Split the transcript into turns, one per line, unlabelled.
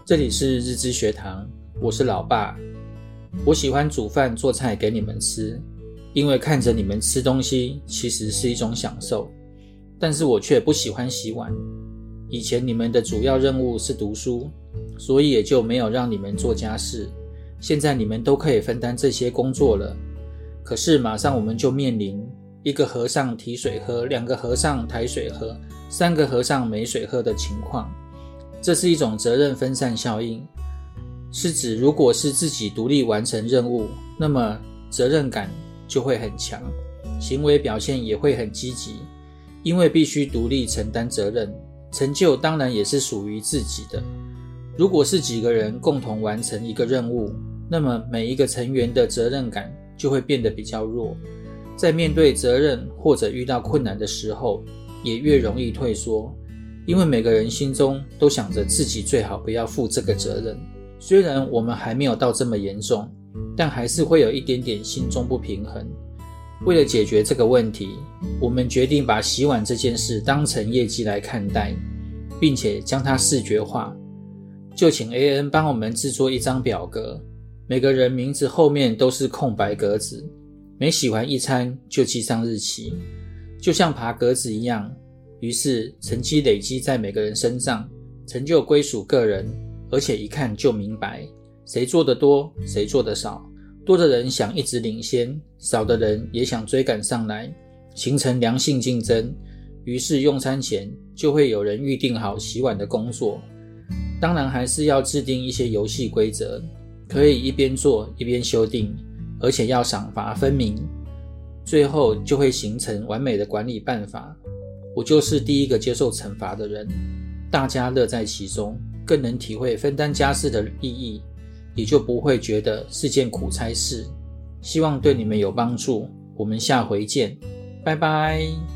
这里是日知学堂，我是老爸。我喜欢煮饭做菜给你们吃，因为看着你们吃东西其实是一种享受，但是我却不喜欢洗碗。以前你们的主要任务是读书，所以也就没有让你们做家事，现在你们都可以分担这些工作了。可是马上我们就面临一个和尚提水喝，两个和尚抬水喝，三个和尚没水喝的情况。这是一种责任分散效应，是指如果是自己独立完成任务，那么责任感就会很强，行为表现也会很积极，因为必须独立承担责任，成就当然也是属于自己的。如果是几个人共同完成一个任务，那么每一个成员的责任感就会变得比较弱，在面对责任或者遇到困难的时候，也越容易退缩，因为每个人心中都想着自己最好不要负这个责任。虽然我们还没有到这么严重，但还是会有一点点心中不平衡。为了解决这个问题，我们决定把洗碗这件事当成业绩来看待，并且将它视觉化。就请 AN 帮我们制作一张表格，每个人名字后面都是空白格子，每洗完一餐就记上日期，就像爬格子一样。于是成绩累积在每个人身上，成就归属个人，而且一看就明白谁做得多，谁做得少。多的人想一直领先，少的人也想追赶上来，形成良性竞争。于是用餐前就会有人预定好洗碗的工作。当然还是要制定一些游戏规则，可以一边做一边修订，而且要赏罚分明，最后就会形成完美的管理办法。我就是第一个接受惩罚的人，大家乐在其中，更能体会分担家事的意义，也就不会觉得是件苦差事。希望对你们有帮助，我们下回见，拜拜。